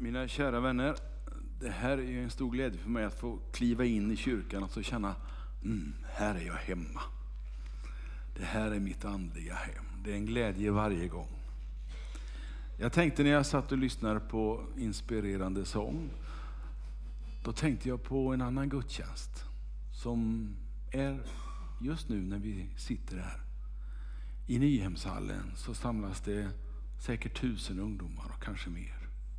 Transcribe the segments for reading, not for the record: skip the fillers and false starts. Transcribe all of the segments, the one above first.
Mina kära vänner, det här är ju en stor glädje för mig att få kliva in i kyrkan och så känna, här är jag hemma. Det här är mitt andliga hem. Det är en glädje varje gång. Jag tänkte när jag satt och lyssnade på inspirerande sång, då tänkte jag på en annan gudstjänst som är just nu när vi sitter här. I Nyhemshallen så samlas det säkert 1000 ungdomar och kanske mer.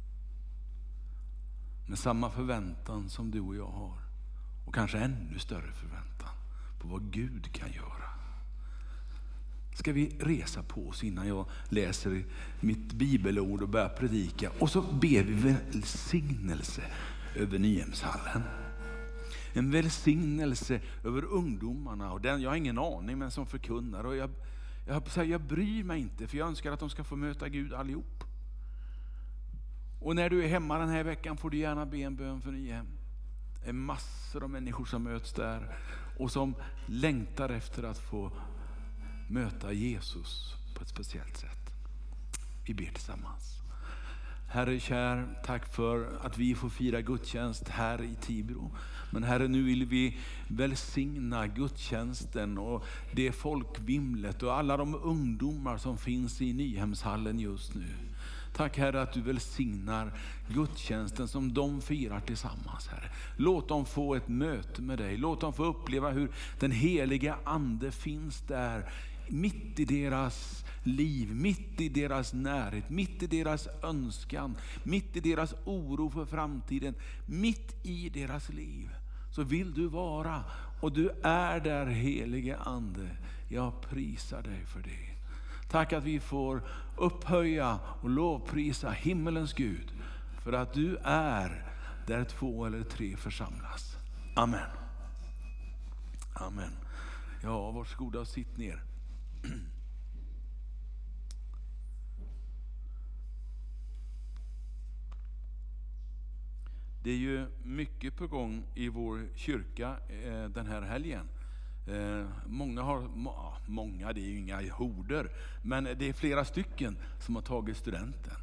Med samma förväntan som du och jag har. Och kanske ännu större förväntan på vad Gud kan göra. Ska vi resa på oss innan jag läser mitt bibelord och börjar predika. Och så ber vi välsignelse över Nyhemshallen. En välsignelse över ungdomarna. Och jag har ingen aning, men som förkunnar. Och jag bryr mig inte, för jag önskar att de ska få möta Gud allihop. Och när du är hemma den här veckan får du gärna be en bön för Nyhem. Det är massor av människor som möts där och som längtar efter att få möta Jesus på ett speciellt sätt. Vi ber tillsammans. Herre kär, tack för att vi får fira gudstjänst här i Tibro. Men Herre, nu vill vi välsigna gudstjänsten och det folkvimlet och alla de ungdomar som finns i Nyhemshallen just nu. Tack Herre att du välsignar gudstjänsten som de firar tillsammans, Herre. Låt dem få ett möte med dig. Låt dem få uppleva hur den heliga ande finns där mitt i deras liv, mitt i deras närhet, mitt i deras önskan, mitt i deras oro för framtiden, mitt i deras liv. Så vill du vara, och du är där, helige ande. Jag prisar dig för det. Tack att vi får upphöja och lovprisa himmelens Gud för att du är där 2 eller 3 församlas. Amen. Amen. Ja, varsågoda och sitt ner. Det är ju mycket på gång i vår kyrka den här helgen. Många, det är ju inga horder, men det är flera stycken som har tagit studenten.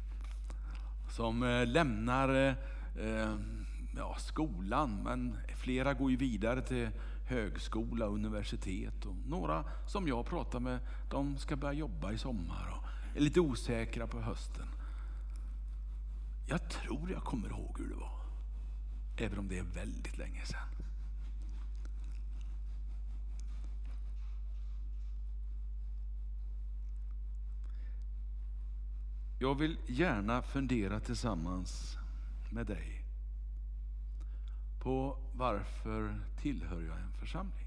Som lämnar skolan, men flera går ju vidare till högskola, universitet, och några som jag pratar med, de ska börja jobba i sommar och är lite osäkra på hösten. Jag tror jag kommer ihåg hur det var, även om det är väldigt länge sedan. Jag vill gärna fundera tillsammans med dig på varför tillhör jag en församling.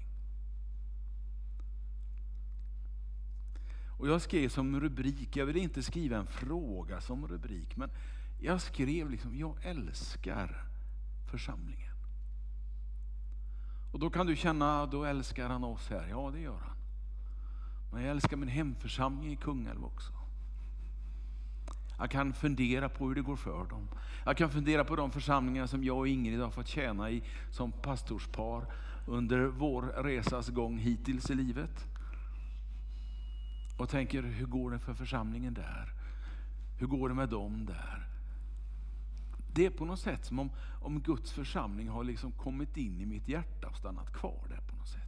Och jag skrev som rubrik, jag vill inte skriva en fråga som rubrik, men jag skrev liksom, jag älskar församlingen. Och då kan du känna, då älskar han oss här. Ja, det gör han. Men jag älskar min hemförsamling i Kungälv också. Jag kan fundera på hur det går för dem. Jag kan fundera på de församlingar som jag och Ingrid har fått tjäna i som pastorspar under vår resas gång hittills i livet. Och tänker, hur går det för församlingen där? Hur går det med dem där? Det är på något sätt som om Guds församling har liksom kommit in i mitt hjärta och stannat kvar där på något sätt.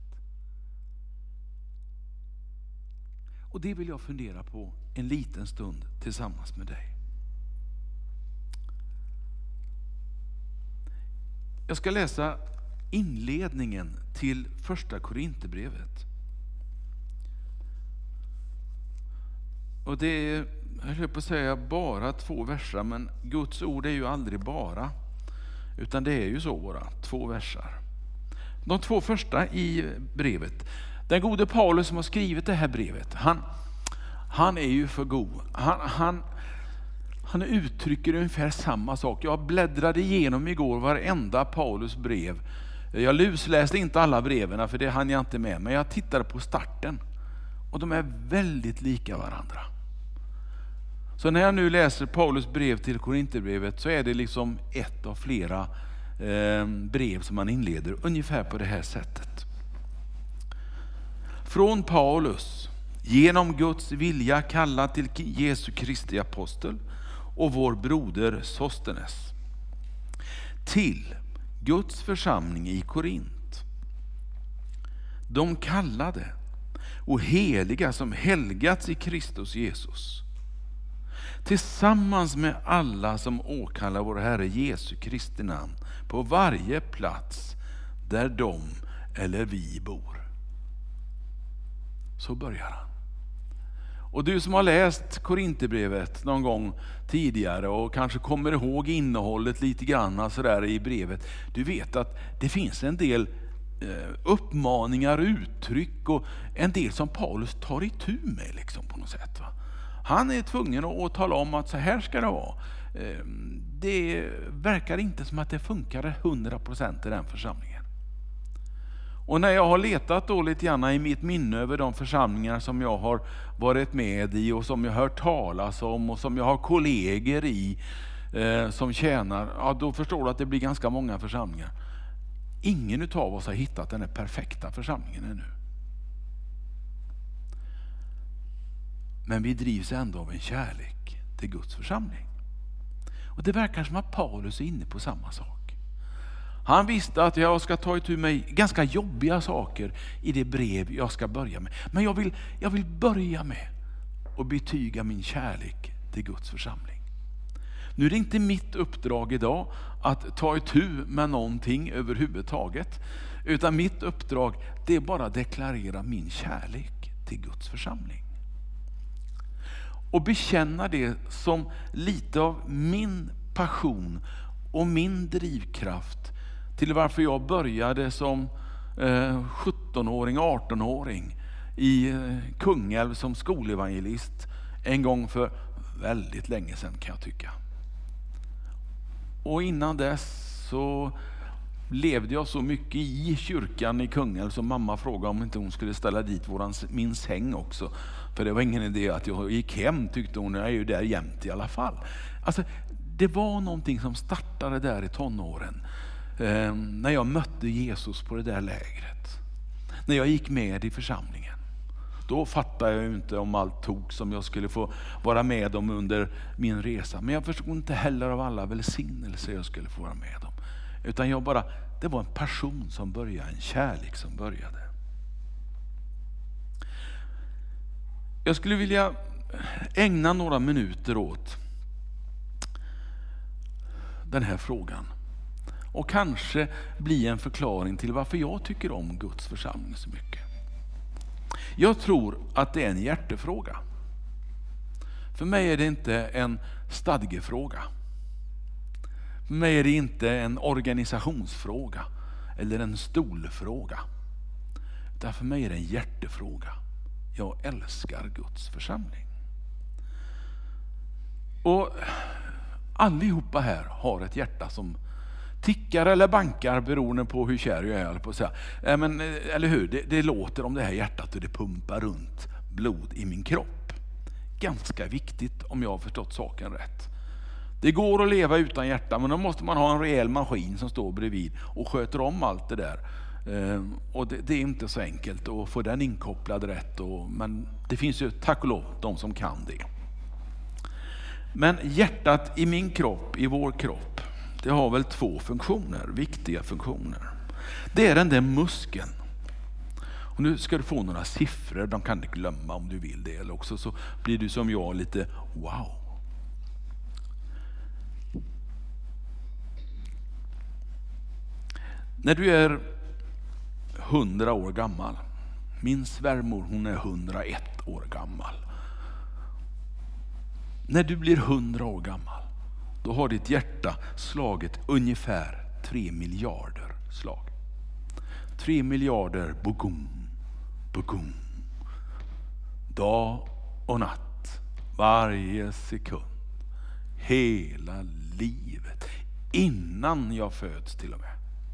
Och det vill jag fundera på en liten stund tillsammans med dig. Jag ska läsa inledningen till första Korinthierbrevet. Och det är, jag höll på att säga, bara 2 versar, men Guds ord är ju aldrig bara, utan det är ju så, bara 2 versar. De 2 första i brevet. Den gode Paulus som har skrivit det här brevet, han är ju för god. Han uttrycker ungefär samma sak. Jag bläddrade igenom igår varenda Paulus brev. Jag lusläste inte alla breven, för det hann jag inte med, men jag tittade på starten. Och de är väldigt lika varandra. Så när jag nu läser Paulus brev till Korinthierbrevet, så är det liksom ett av flera brev som man inleder ungefär på det här sättet. Från Paulus, genom Guds vilja kallad till Jesu Kristi apostel och vår broder Sostenes. Till Guds församling i Korint, de kallade och heliga som helgats i Kristus Jesus, tillsammans med alla som åkallar vår Herre Jesu Kristi namn på varje plats där de eller vi bor. Så börjar han. Och du som har läst Korinthierbrevet någon gång tidigare och kanske kommer ihåg innehållet lite grann så där i brevet, du vet att det finns en del uppmaningar, uttryck och en del som Paulus tar itu med liksom på något sätt. Va? Han är tvungen att tala om att så här ska det vara. Det verkar inte som att det funkar 100% i den församlingen. Och när jag har letat då lite grann i mitt minne över de församlingar som jag har varit med i och som jag har hört talas om och som jag har kollegor i som tjänar, ja, då förstår du att det blir ganska många församlingar. Ingen utav oss har hittat den här perfekta församlingen ännu. Men vi drivs ändå av en kärlek till Guds församling. Och det verkar som att Paulus är inne på samma sak. Han visste att jag ska ta itu med ganska jobbiga saker i det brev jag ska börja med. Men jag vill börja med att betyga min kärlek till Guds församling. Nu är det inte mitt uppdrag idag att ta itu med någonting överhuvudtaget. Utan mitt uppdrag, det är bara att deklarera min kärlek till Guds församling. Och bekänna det som lite av min passion och min drivkraft till varför jag började som 17-åring, 18-åring i Kungälv som skolevangelist en gång för väldigt länge sedan kan jag tycka. Och innan dess så levde jag så mycket i kyrkan i Kungälv som mamma frågade om inte hon skulle ställa dit min säng också. För det var ingen idé att jag gick hem, tyckte hon, jag är ju där jämt i alla fall. Alltså, det var någonting som startade där i tonåren. När jag mötte Jesus på det där lägret. När jag gick med i församlingen. Då fattade jag inte om allt tog som jag skulle få vara med om under min resa. Men jag förstod inte heller av alla välsignelser jag skulle få vara med om. Utan det var en passion som började, en kärlek som började. Jag skulle vilja ägna några minuter åt den här frågan. Och kanske bli en förklaring till varför jag tycker om Guds församling så mycket. Jag tror att det är en hjärtefråga. För mig är det inte en stadgefråga. För mig är det inte en organisationsfråga eller en stolfråga. Utan för mig är det en hjärtefråga. Jag älskar Guds församling. Och allihopa här har ett hjärta som tickar eller bankar beroende på hur kär jag är på att säga. Men, eller hur? Det låter om det här hjärtat och det pumpar runt blod i min kropp. Ganska viktigt om jag har förstått saken rätt. Det går att leva utan hjärta, men då måste man ha en rejäl maskin som står bredvid och sköter om allt det där. Och det är inte så enkelt att få den inkopplad rätt. Men det finns ju tack och lov de som kan det. Men hjärtat i min kropp, i vår kropp, det har väl två funktioner, viktiga funktioner. Det är den där muskeln. Och nu ska du få några siffror, de kan du glömma om du vill det. Eller också så blir du som jag lite wow. När du är 100 år gammal, min svärmor hon är 101 år gammal. När du blir 100 år gammal, då har ditt hjärta slagit ungefär 3 miljarder slag. 3 miljarder bogum, bogum. Dag och natt, varje sekund. Hela livet, innan jag föds till och med.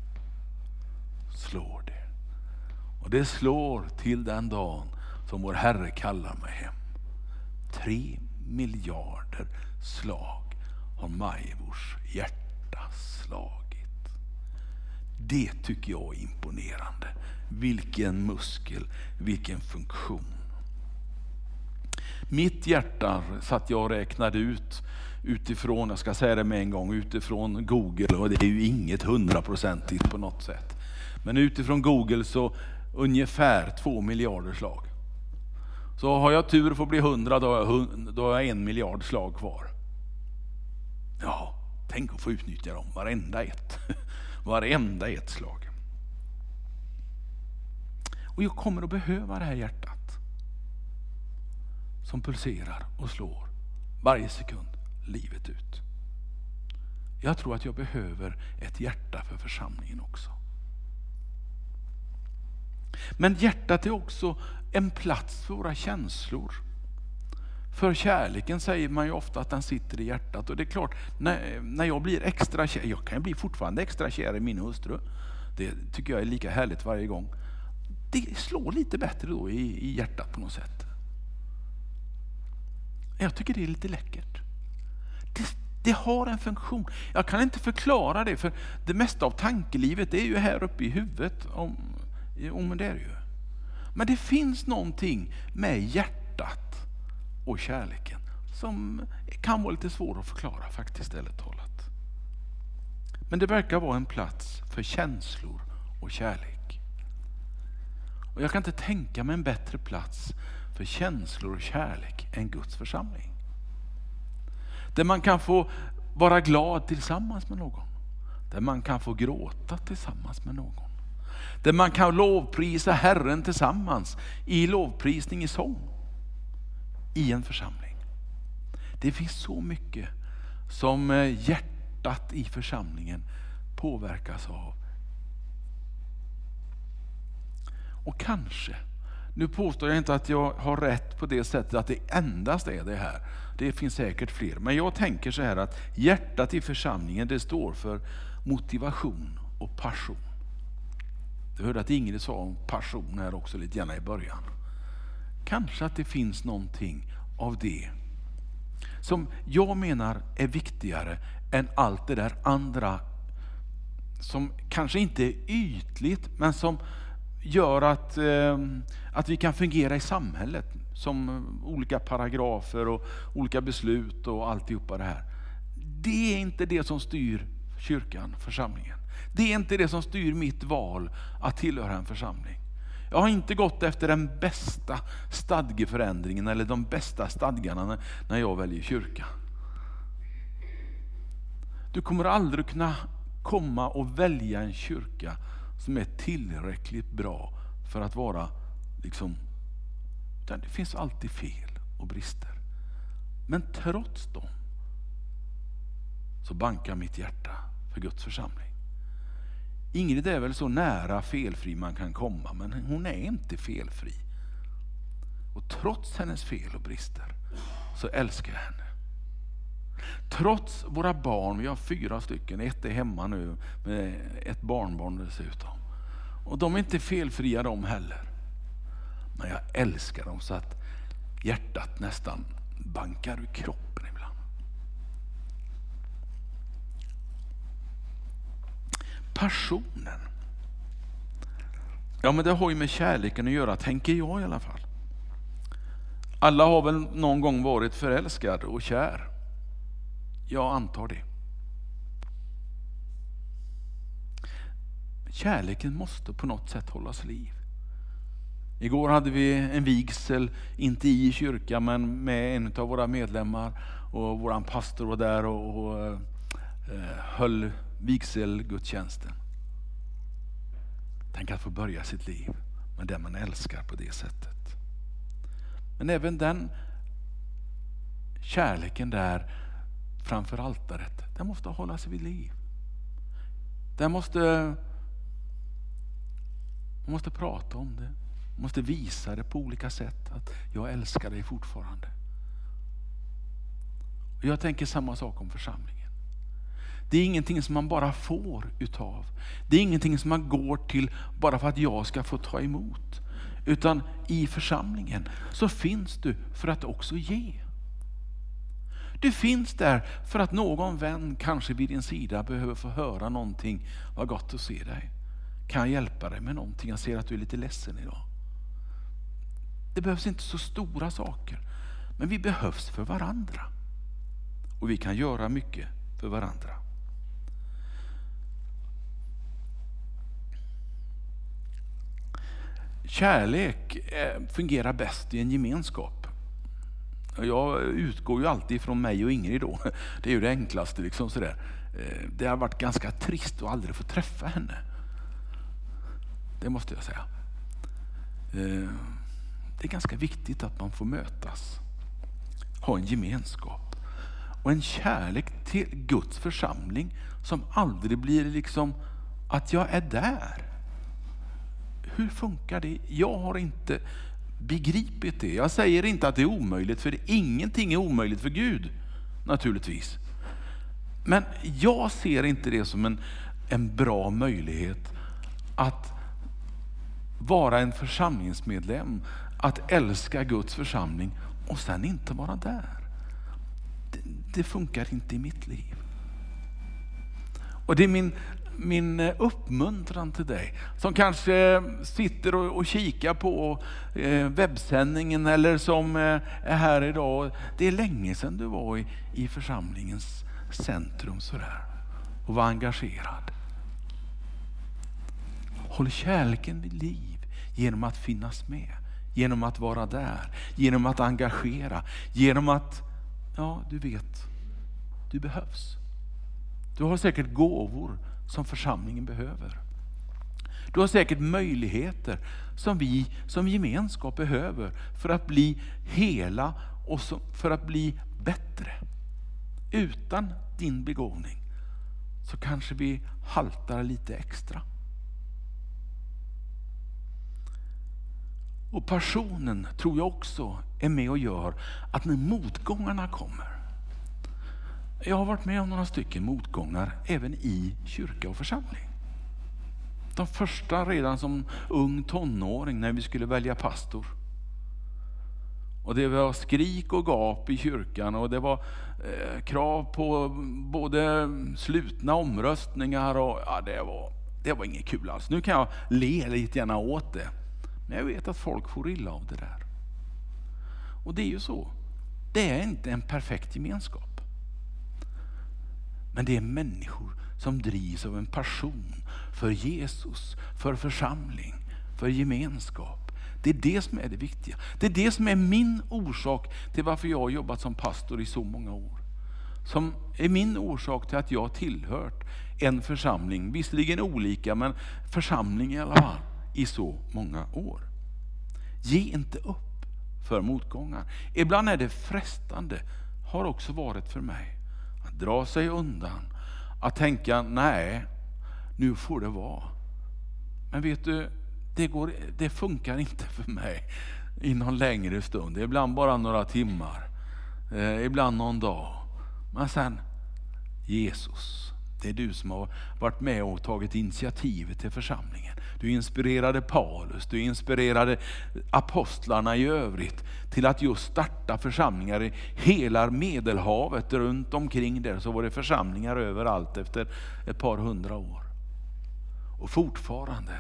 Slår det. Och det slår till den dagen som vår Herre kallar mig hem. 3 miljarder slag har Majvors hjärta slagit. Det tycker jag är imponerande. Vilken muskel, vilken funktion. Mitt hjärta, så att jag räknade ut utifrån, jag ska säga det med en gång, utifrån Google, och det är ju inget 100% på något sätt. Men utifrån Google så ungefär 2 miljarder slag. Så har jag tur för att bli 100, då har jag 1 miljard slag kvar. Ja, tänk att få utnyttja dem, varenda ett. Varenda ett slag. Och jag kommer att behöva det här hjärtat som pulserar och slår varje sekund livet ut. Jag tror att jag behöver ett hjärta för församlingen också. Men hjärtat är också en plats för våra känslor. För kärleken säger man ju ofta att den sitter i hjärtat. Och det är klart, när jag blir extra kär, jag kan bli fortfarande extra kär i min hustru. Det tycker jag är lika härligt varje gång. Det slår lite bättre då i hjärtat på något sätt. Jag tycker det är lite läckert. Det har en funktion. Jag kan inte förklara det, för det mesta av tankelivet är ju här uppe i huvudet. Om det är det ju. Men det finns någonting med hjärtat och kärleken som kan vara lite svår att förklara faktiskt, ärligt talat. Men det verkar vara en plats för känslor och kärlek. Och jag kan inte tänka mig en bättre plats för känslor och kärlek än Guds församling. Där man kan få vara glad tillsammans med någon. Där man kan få gråta tillsammans med någon. Där man kan lovprisa Herren tillsammans i lovprisning, i sång. I en församling. Det finns så mycket som hjärtat i församlingen påverkas av. Och kanske, nu påstår jag inte att jag har rätt på det sättet att det endast är det här. Det finns säkert fler. Men jag tänker så här att hjärtat i församlingen, det står för motivation och passion. Du hörde att Ingrid sa om passion här också lite grann i början. Kanske att det finns någonting av det som jag menar är viktigare än allt det där andra som kanske inte är ytligt, men som gör att vi kan fungera i samhället, som olika paragrafer och olika beslut och alltihopa det här. Det är inte det som styr kyrkan, församlingen. Det är inte det som styr mitt val att tillhöra en församling. Jag har inte gått efter den bästa stadgeförändringen eller de bästa stadgarna när jag väljer kyrka. Du kommer aldrig kunna komma och välja en kyrka som är tillräckligt bra för att vara liksom, det finns alltid fel och brister. Men trots dem så bankar mitt hjärta för Guds församling. Ingrid är väl så nära felfri man kan komma, men hon är inte felfri. Och trots hennes fel och brister så älskar jag henne. Trots våra barn, vi har 4 stycken, ett är hemma nu med ett barnbarn dessutom. Och de är inte felfria de heller. Men jag älskar dem så att hjärtat nästan bankar ur kroppen ibland. Passionen. Ja, men det har ju med kärleken att göra, tänker jag i alla fall. Alla har väl någon gång varit förälskad och kär. Jag antar det. Kärleken måste på något sätt hållas liv. Igår hade vi en vigsel, inte i kyrkan men med en av våra medlemmar, och våran pastor var där och höll vigselgudstjänsten. Tänk att få börja sitt liv med det man älskar på det sättet. Men även den kärleken där framför altaret, den måste hållas vid liv. Man måste prata om det. Man måste visa det på olika sätt, att jag älskar dig fortfarande. Och jag tänker samma sak om församlingen. Det är ingenting som man bara får utav. Det är ingenting som man går till bara för att jag ska få ta emot. Utan i församlingen så finns du för att också ge. Du finns där för att någon vän kanske vid din sida behöver få höra någonting. Vad gott att se dig. Kan jag hjälpa dig med någonting? Jag ser att du är lite ledsen idag. Det behövs inte så stora saker. Men vi behövs för varandra. och vi kan göra mycket för varandra. Kärlek fungerar bäst i en gemenskap. Jag utgår ju alltid från mig och Ingrid då. Det är ju det enklaste liksom sådär. Det har varit ganska trist att aldrig få träffa henne. Det måste jag säga. Det är ganska viktigt att man får mötas. Ha en gemenskap. Och en kärlek till Guds församling som aldrig blir liksom att jag är där. Hur funkar det? Jag har inte begripit det. Jag säger inte att det är omöjligt, för ingenting är omöjligt för Gud, naturligtvis. Men jag ser inte det som en bra möjlighet att vara en församlingsmedlem, att älska Guds församling och sen inte vara där. Det funkar inte i mitt liv. Och det är min uppmuntran till dig som kanske sitter och kikar på webbsändningen eller som är här idag. Det är länge sedan du var i församlingens centrum sådär och var engagerad. Håll kärleken vid liv genom att finnas med, genom att vara där, genom att engagera, genom att, ja du vet, du behövs. Du har säkert gåvor som församlingen behöver. Du har säkert möjligheter som vi som gemenskap behöver för att bli hela och för att bli bättre. Utan din begåvning så kanske vi haltar lite extra. Och passionen tror jag också är med och gör att när motgångarna kommer. Jag har varit med om några stycken motgångar även i kyrka och församling. De första redan som ung tonåring när vi skulle välja pastor. Och det var skrik och gap i kyrkan och det var krav på både slutna omröstningar och ja, det var inget kul alls. Nu kan jag le lite gärna åt det. Men jag vet att folk får illa av det där. Och det är ju så. Det är inte en perfekt gemenskap. Men det är människor som drivs av en passion för Jesus, för församling, för gemenskap. Det är det som är det viktiga. Det är det som är min orsak till varför jag har jobbat som pastor i så många år. Som är min orsak till att jag har tillhört en församling, visserligen olika men församling i alla fall, i så många år. Ge inte upp för motgångar. Ibland är det frestande, har också varit för mig, att dra sig undan, att tänka nej, nu får det vara. Men vet du, det funkar inte för mig i någon längre stund. Ibland bara några timmar, ibland någon dag. Men sen, Jesus, det är du som har varit med och tagit initiativet till församlingen. Du inspirerade Paulus, du inspirerade apostlarna i övrigt till att just starta församlingar i hela Medelhavet. Runt omkring där så var det församlingar överallt efter ett par hundra år. Och fortfarande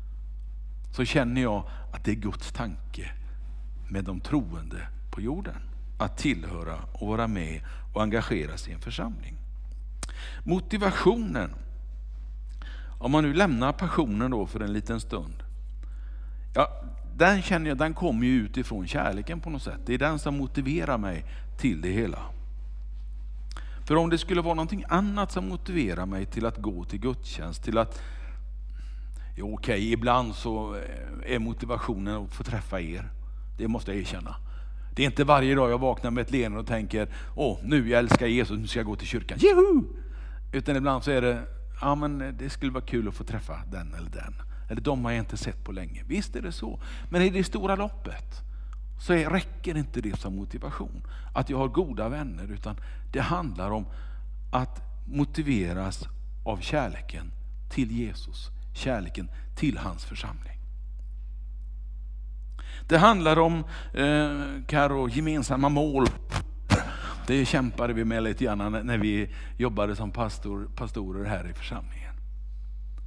så känner jag att det är Guds tanke med de troende på jorden. Att tillhöra och vara med och engagera sig i en församling. Motivationen, om man nu lämnar passionen då för en liten stund. Ja, den känner jag, den kommer ju utifrån kärleken på något sätt. Det är den som motiverar mig till det hela. För om det skulle vara någonting annat som motiverar mig till att gå till gudstjänst, till att okej, ibland så är motivationen att få träffa er. Det måste jag erkänna. Det är inte varje dag jag vaknar med ett leende och tänker, nu jag älskar Jesus, nu ska jag gå till kyrkan. Juhu! Utan ibland så är det, men det skulle vara kul att få träffa den eller den. Eller de har jag inte sett på länge. Visst är det så. Men i det stora loppet så räcker inte det som motivation. Att jag har goda vänner, utan det handlar om att motiveras av kärleken till Jesus. Kärleken till hans församling. Det handlar om gemensamma mål. Det kämpade vi med lite grann när vi jobbade som pastorer här i församlingen.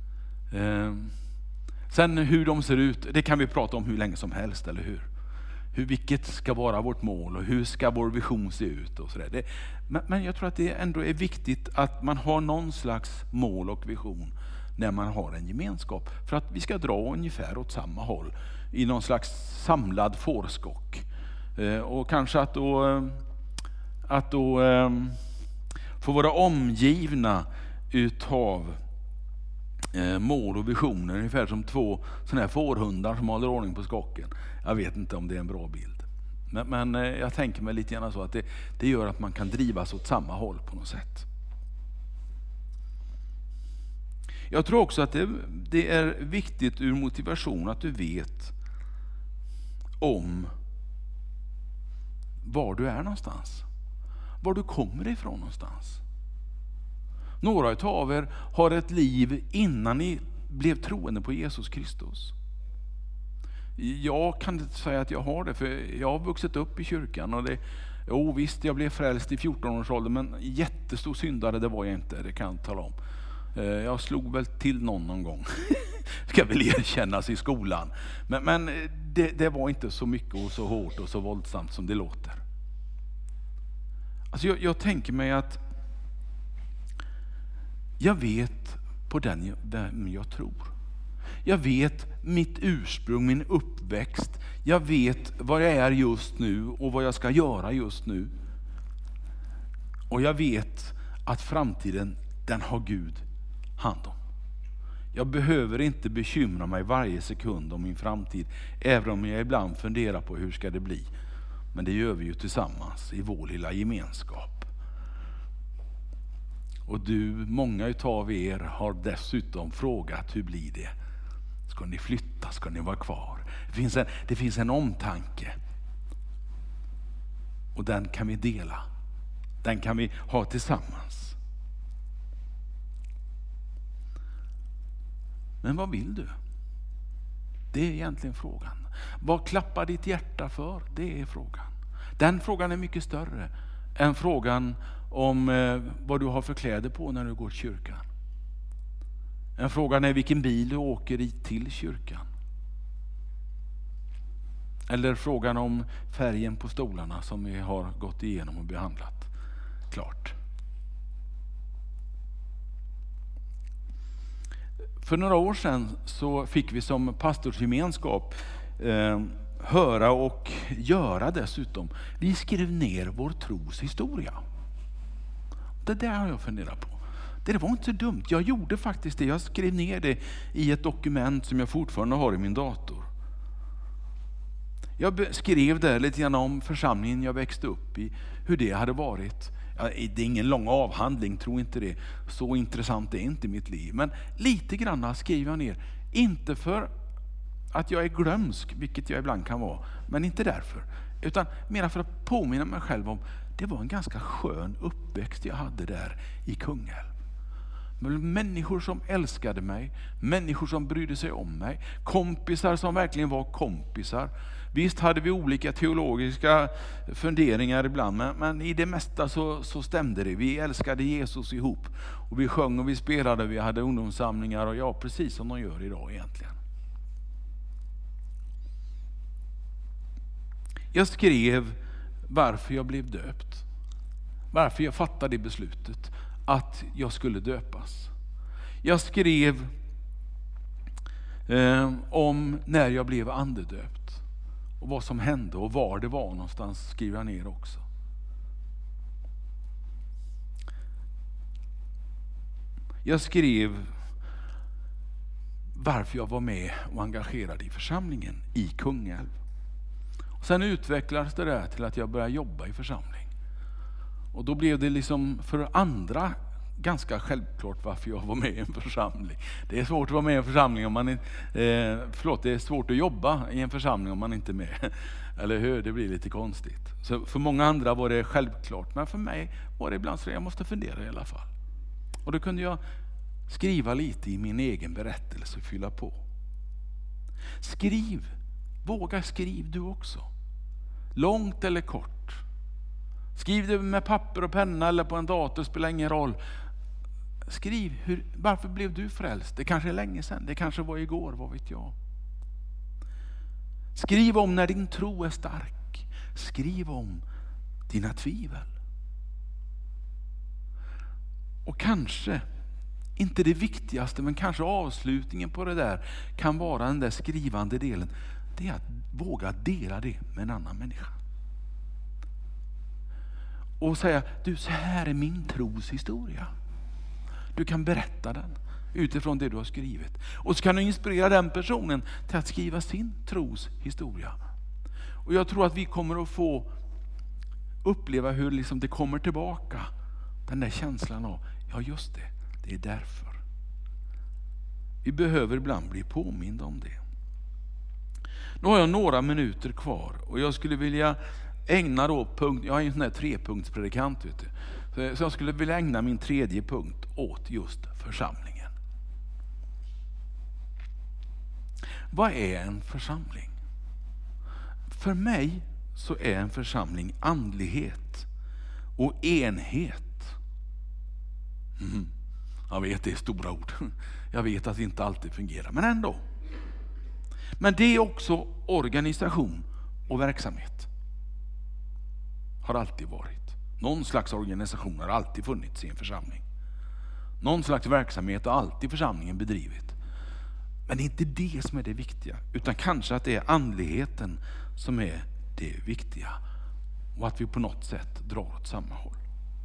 Sen hur de ser ut, det kan vi prata om hur länge som helst, eller hur? vilket ska vara vårt mål och hur ska vår vision se ut och sådär. Men jag tror att det ändå är viktigt att man har någon slags mål och vision när man har en gemenskap. För att vi ska dra ungefär åt samma håll i någon slags samlad fårskock. Och kanske att då få vara omgivna utav mål och visioner, ungefär som två såna här fårhundar som håller ordning på skocken. Jag vet inte om det är en bra bild. Men jag tänker mig lite grann så att det gör att man kan drivas åt samma håll på något sätt. Jag tror också att det är viktigt ur motivation att du vet om var du är någonstans. Var du kommer ifrån någonstans. Några av er har ett liv innan ni blev troende på Jesus Kristus. Jag kan inte säga att jag har det, för jag har vuxit upp i kyrkan. Och visst, jag blev frälst i 14-årsåldern, men jättestor syndare det var jag inte, det kan jag tala om. Jag slog väl till någon gång, ska väl erkännas, i skolan. Men det var inte så mycket och så hårt och så våldsamt som det låter. Alltså jag tänker mig att jag vet på vem jag tror. Jag vet mitt ursprung, min uppväxt. Jag vet vad jag är just nu och vad jag ska göra just nu. Och jag vet att framtiden, den har Gud hand om. Jag behöver inte bekymra mig varje sekund om min framtid, även om jag ibland funderar på hur ska det bli. Men det gör vi ju tillsammans i vår lilla gemenskap. Och många utav er har dessutom frågat, hur blir det? Ska ni flytta? Ska ni vara kvar? Det finns en omtanke. Och den kan vi dela. Den kan vi ha tillsammans. Men vad vill du? Det är egentligen frågan. Vad klappar ditt hjärta för? Det är frågan. Den frågan är mycket större än frågan om vad du har för kläder på när du går till kyrkan. En fråga är vilken bil du åker i till kyrkan. Eller frågan om färgen på stolarna som vi har gått igenom och behandlat. Klart. För några år sedan så fick vi som pastorsgemenskap höra och göra dessutom. Vi skrev ner vår tros historia. Det där har jag funderat på. Det var inte så dumt. Jag gjorde faktiskt det. Jag skrev ner det i ett dokument som jag fortfarande har i min dator. Jag skrev där lite grann om församlingen jag växte upp i. Hur det hade varit. Det är ingen lång avhandling, tror inte det. Så intressant är inte mitt liv. Men lite grann skriver jag ner. Inte för att jag är glömsk, vilket jag ibland kan vara. Men inte därför. Utan mer för att påminna mig själv om det var en ganska skön uppväxt jag hade där i Kungälv. Människor som älskade mig, människor som brydde sig om mig, kompisar som verkligen var kompisar. Visst hade vi olika teologiska funderingar ibland, men i det mesta så stämde det. Vi älskade Jesus ihop och vi sjöng och vi spelade, vi hade ungdomssamlingar och precis som de gör idag egentligen. Jag skrev varför jag blev döpt. Varför jag fattade det beslutet att jag skulle döpas. Jag skrev om när jag blev andedöpt. Och vad som hände och var det var någonstans skriver jag ner också. Jag skrev varför jag var med och engagerad i församlingen i Kungälv. Sen utvecklades det där till att jag började jobba i församling. Och då blev det liksom för andra ganska självklart varför jag var med i en församling. Det är svårt att vara med i en församling om man inte... det är svårt att jobba i en församling om man inte är med. Eller hur? Det blir lite konstigt. Så för många andra var det självklart. Men för mig var det ibland så jag måste fundera i alla fall. Och då kunde jag skriva lite i min egen berättelse och fylla på. Skriv. Våga skriv du också. Långt eller kort. Skriv det med papper och penna eller på en dator, spelar ingen roll. Skriv, varför blev du frälst? Det kanske är länge sedan, det kanske var igår, vad vet jag. Skriv om när din tro är stark. Skriv om dina tvivel. Och kanske, inte det viktigaste, men kanske avslutningen på det där kan vara den där skrivande delen. Det är att våga dela det med en annan människa. Och säga, du, så här är min tros historia. Du kan berätta den utifrån det du har skrivit. Och så kan du inspirera den personen till att skriva sin tros historia. Och jag tror att vi kommer att få uppleva hur liksom det kommer tillbaka. Den där känslan av, ja just det, det är därför. Vi behöver ibland bli påminda om det. Nu har jag några minuter kvar och jag skulle vilja ägna då jag är en sån här 3-punktspredikant, vet du. Så jag skulle vilja ägna min 3:e punkt åt just församlingen. Vad är en församling? För mig så är en församling andlighet och enhet. Jag vet, det är stora ord. Jag vet att det inte alltid fungerar, men ändå. Men det är också organisation och verksamhet. Har alltid varit. Någon slags organisation har alltid funnits i en församling. Någon slags verksamhet har alltid församlingen bedrivit. Men det är inte det som är det viktiga, utan kanske att det är andligheten som är det viktiga. Och att vi på något sätt drar åt samma håll.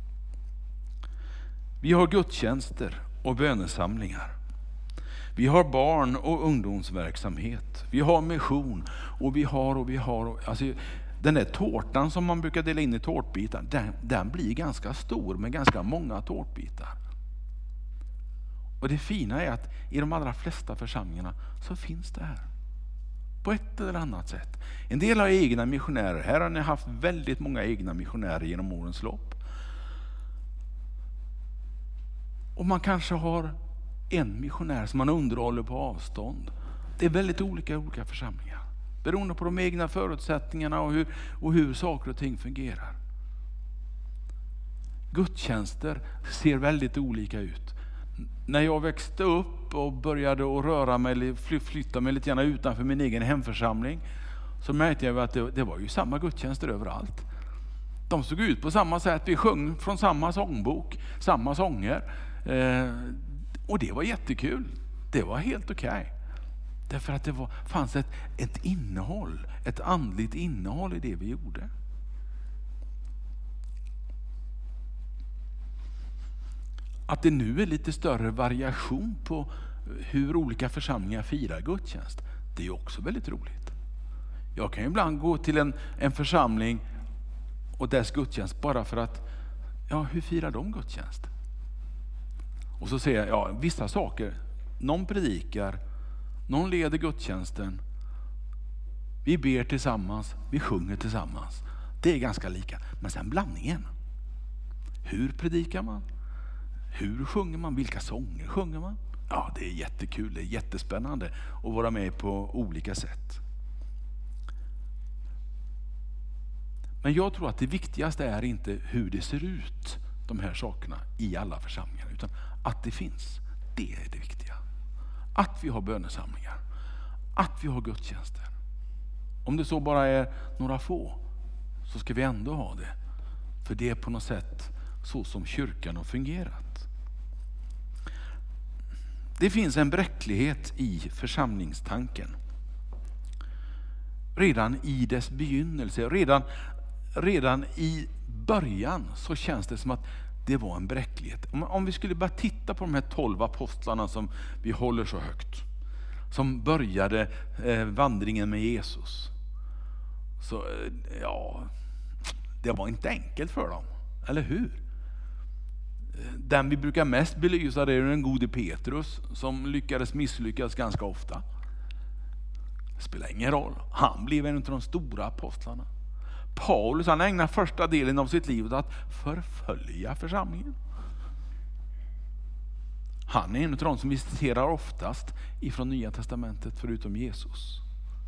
Vi har gudstjänster och bönesamlingar. Vi har barn- och ungdomsverksamhet. Vi har mission och vi har. Alltså, den där tårtan som man brukar dela in i tårtbitar, den blir ganska stor med ganska många tårtbitar. Och det fina är att i de allra flesta församlingarna så finns det här. På ett eller annat sätt. En del har egna missionärer. Här har ni haft väldigt många egna missionärer genom årens lopp. Och man kanske har en missionär som man underhåller på avstånd. Det är väldigt olika församlingar. Beroende på de egna förutsättningarna och hur saker och ting fungerar. Gudstjänster ser väldigt olika ut. När jag växte upp och började att röra mig eller flytta mig lite grann utanför min egen hemförsamling, så märkte jag att det var ju samma gudstjänster överallt. De såg ut på samma sätt, vi sjöng från samma sångbok, samma sånger. Och det var jättekul. Det var helt okej. Därför att det fanns ett innehåll, ett andligt innehåll i det vi gjorde. Att det nu är lite större variation på hur olika församlingar firar gudstjänst, det är också väldigt roligt. Jag kan ju ibland gå till en församling och dess gudstjänst bara för att, ja, hur firar de gudstjänst? Och så säger jag, vissa saker, någon predikar, någon leder gudstjänsten, vi ber tillsammans, vi sjunger tillsammans. Det är ganska lika. Men sen blandningen. Hur predikar man? Hur sjunger man? Vilka sånger sjunger man? Ja, det är jättekul, det är jättespännande att vara med på olika sätt. Men jag tror att det viktigaste är inte hur det ser ut, de här sakerna i alla församlingar, utan att det finns. Det är det viktiga. Att vi har bönesamlingar, att vi har gudstjänster. Om det så bara är några få, så ska vi ändå ha det. För det är på något sätt så som kyrkan har fungerat. Det finns en bräcklighet i församlingstanken. Redan i dess begynnelse, redan i början så känns det som att det var en bräcklighet. Om vi skulle bara titta på de här 12 apostlarna som vi håller så högt, som började vandringen med Jesus. Så ja, det var inte enkelt för dem, eller hur? Den vi brukar mest belysa, det är den gode Petrus som misslyckas ganska ofta. Det spelar ingen roll. Han blev en av de stora apostlarna. Paulus, han ägnar första delen av sitt liv åt att förfölja församlingen. Han är en av de som vi citerar oftast ifrån Nya testamentet förutom Jesus.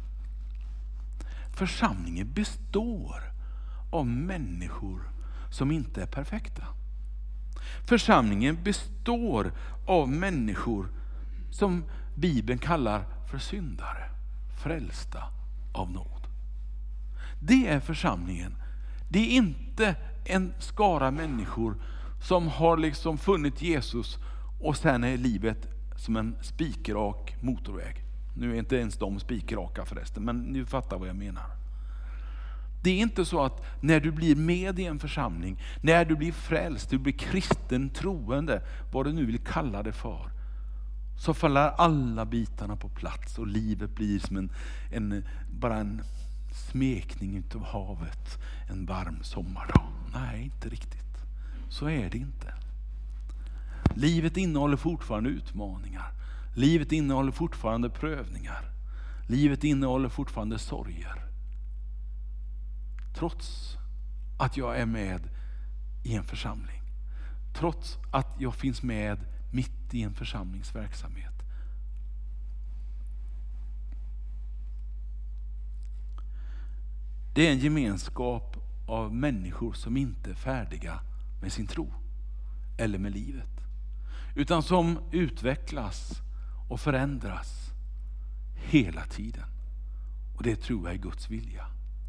Församlingen består av människor som inte är perfekta. Församlingen består av människor som Bibeln kallar för syndare, frälsta av nåd. Det är församlingen. Det är inte en skara människor som har liksom funnit Jesus och sen är livet som en spikrak motorväg. Nu är inte ens de spikraka förresten, men nu fattar vad jag menar. Det är inte så att när du blir med i en församling, när du blir frälst, du blir kristen, troende, vad du nu vill kalla det för, så faller alla bitarna på plats och livet blir som bara en smekning utav havet en varm sommardag. Nej, inte riktigt. Så är det inte. Livet innehåller fortfarande utmaningar. Livet innehåller fortfarande prövningar. Livet innehåller fortfarande sorger. Trots att jag är med i en församling. Trots att jag finns med mitt i en församlingsverksamhet. Det är en gemenskap av människor som inte är färdiga med sin tro eller med livet. Utan som utvecklas och förändras hela tiden. Och det tror jag är Guds vilja.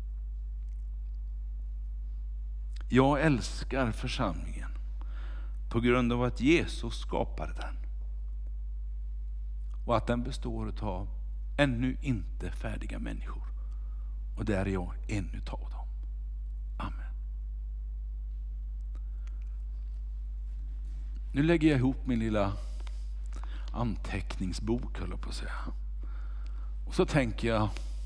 Jag älskar församlingen på grund av att Jesus skapade den. Och att den består av ännu inte färdiga människor. Och där är jag en utav dem. Amen. Nu lägger jag ihop min lilla anteckningsbok, höll jag på att säga. Och så tänker jag,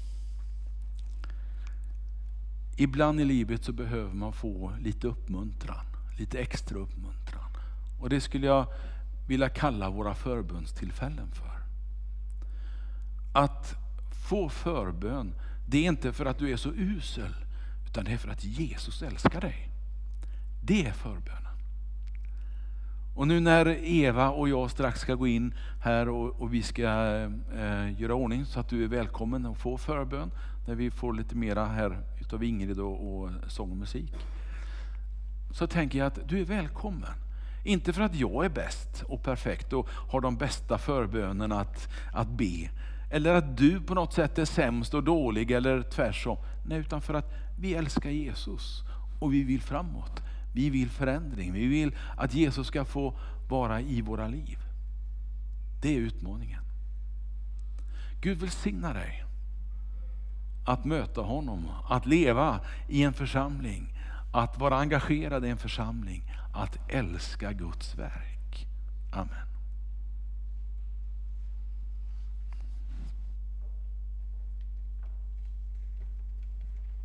ibland i livet så behöver man få lite uppmuntran, lite extra uppmuntran. Och det skulle jag vilja kalla våra förbönstillfällen för. Att få förbön, det är inte för att du är så usel, utan det är för att Jesus älskar dig. Det är förbönen. Och nu när Eva och jag strax ska gå in här och vi ska göra ordning så att du är välkommen att få förbön, när vi får lite mera här utav Ingrid och sång och musik, så tänker jag att du är välkommen. Inte för att jag är bäst och perfekt och har de bästa förbönerna att be, eller att du på något sätt är sämst och dålig eller tvärsom. Nej, utan för att vi älskar Jesus och vi vill framåt. Vi vill förändring. Vi vill att Jesus ska få vara i våra liv. Det är utmaningen. Gud välsigna dig att möta honom, att leva i en församling, att vara engagerad i en församling, att älska Guds verk. Amen.